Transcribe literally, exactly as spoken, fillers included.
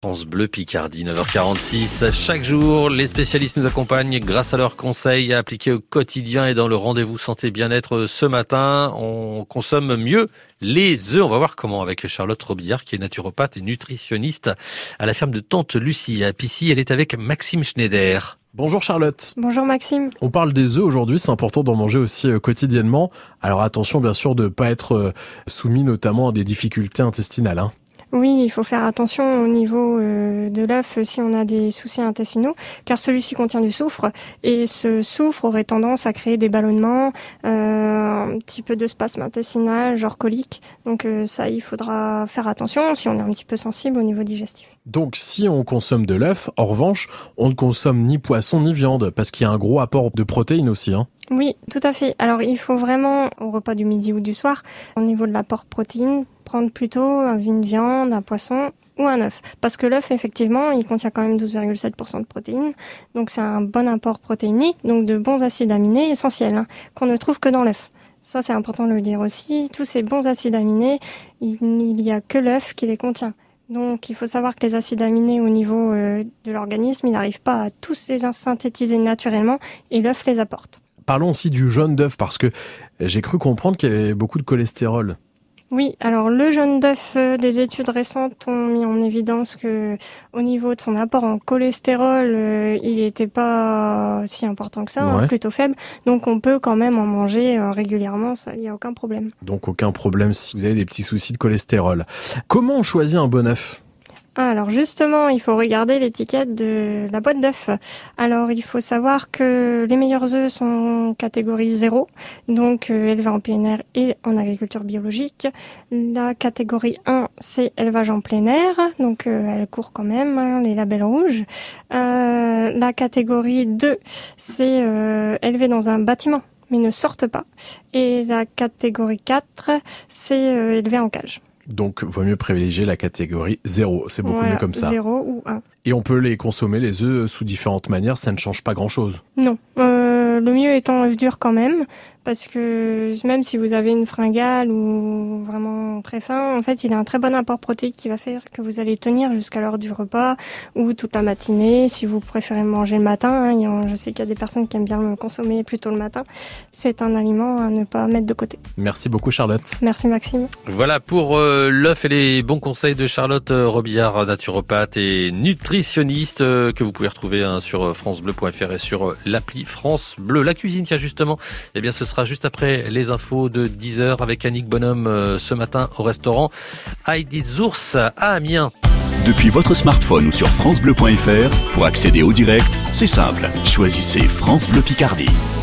France Bleu Picardie, neuf heures quarante-six. Chaque jour, les spécialistes nous accompagnent grâce à leurs conseils à appliquer au quotidien. Et dans le rendez-vous santé bien-être ce matin, on consomme mieux les œufs. On va voir comment avec Charlotte Robillard, qui est naturopathe et nutritionniste à la ferme de Tante Lucie à Pissy. Elle est avec Maxime Schneider. Bonjour Charlotte. Bonjour Maxime. On parle des œufs aujourd'hui, c'est important d'en manger aussi euh, quotidiennement. Alors attention bien sûr de ne pas être euh, soumis notamment à des difficultés intestinales. Hein. Oui, il faut faire attention au niveau euh, de l'œuf si on a des soucis intestinaux, car celui-ci contient du soufre et ce soufre aurait tendance à créer des ballonnements, euh, un petit peu de spasme intestinal, genre colique. Donc euh, ça, il faudra faire attention si on est un petit peu sensible au niveau digestif. Donc si on consomme de l'œuf, en revanche, on ne consomme ni poisson ni viande, parce qu'il y a un gros apport de protéines aussi. Hein. Oui, tout à fait. Alors il faut vraiment, au repas du midi ou du soir, au niveau de l'apport protéine, prendre plutôt une viande, un poisson ou un œuf. Parce que l'œuf, effectivement, il contient quand même douze virgule sept pour cent de protéines. Donc c'est un bon apport protéinique, donc de bons acides aminés essentiels, hein, qu'on ne trouve que dans l'œuf. Ça, c'est important de le dire aussi. Tous ces bons acides aminés, il n'y a que l'œuf qui les contient. Donc il faut savoir que les acides aminés au niveau euh, de l'organisme, ils n'arrivent pas à tous les synthétiser naturellement et l'œuf les apporte. Parlons aussi du jaune d'œuf, parce que j'ai cru comprendre qu'il y avait beaucoup de cholestérol. Oui, alors le jaune d'œuf, euh, des études récentes ont mis en évidence que au niveau de son apport en cholestérol, euh, il n'était pas si important que ça, Ouais. hein, plutôt faible. Donc on peut quand même en manger euh, régulièrement, ça, il n'y a aucun problème. Donc aucun problème si vous avez des petits soucis de cholestérol. Comment on choisit un bon œuf ? Ah, alors justement, il faut regarder l'étiquette de la boîte d'œufs. Alors il faut savoir que les meilleurs œufs sont catégorie zéro, donc euh, élevés en P N R et en agriculture biologique. La catégorie un, c'est élevage en plein air, donc euh, elle court quand même, hein, les labels rouges. Euh, la catégorie deux, c'est euh, élevé dans un bâtiment, mais ne sortent pas. Et la catégorie quatre, c'est euh, élevé en cage. Donc, vaut mieux privilégier la catégorie zéro. C'est beaucoup Voilà, mieux comme ça. zéro ou un. Et on peut les consommer, les œufs, sous différentes manières. Ça ne change pas grand-chose. Non. Euh, le mieux étant œuf dur quand même, parce que même si vous avez une fringale ou vraiment très fin, en fait, il a un très bon apport protéique qui va faire que vous allez tenir jusqu'à l'heure du repas ou toute la matinée, si vous préférez manger le matin. Hein, je sais qu'il y a des personnes qui aiment bien le consommer plutôt le matin. C'est un aliment à ne pas mettre de côté. Merci beaucoup, Charlotte. Merci, Maxime. Voilà pour euh, l'œuf et les bons conseils de Charlotte Robillard, naturopathe et nutritionniste, euh, que vous pouvez retrouver hein, sur francebleu point f r et sur euh, l'appli France Bleu. La cuisine, tiens justement, eh bien ce sera juste après les infos de dix heures avec Annick Bonhomme euh, ce matin au restaurant Heidi Zours à Amiens. Depuis votre smartphone ou sur francebleu point f r, pour accéder au direct, c'est simple. Choisissez France Bleu Picardie.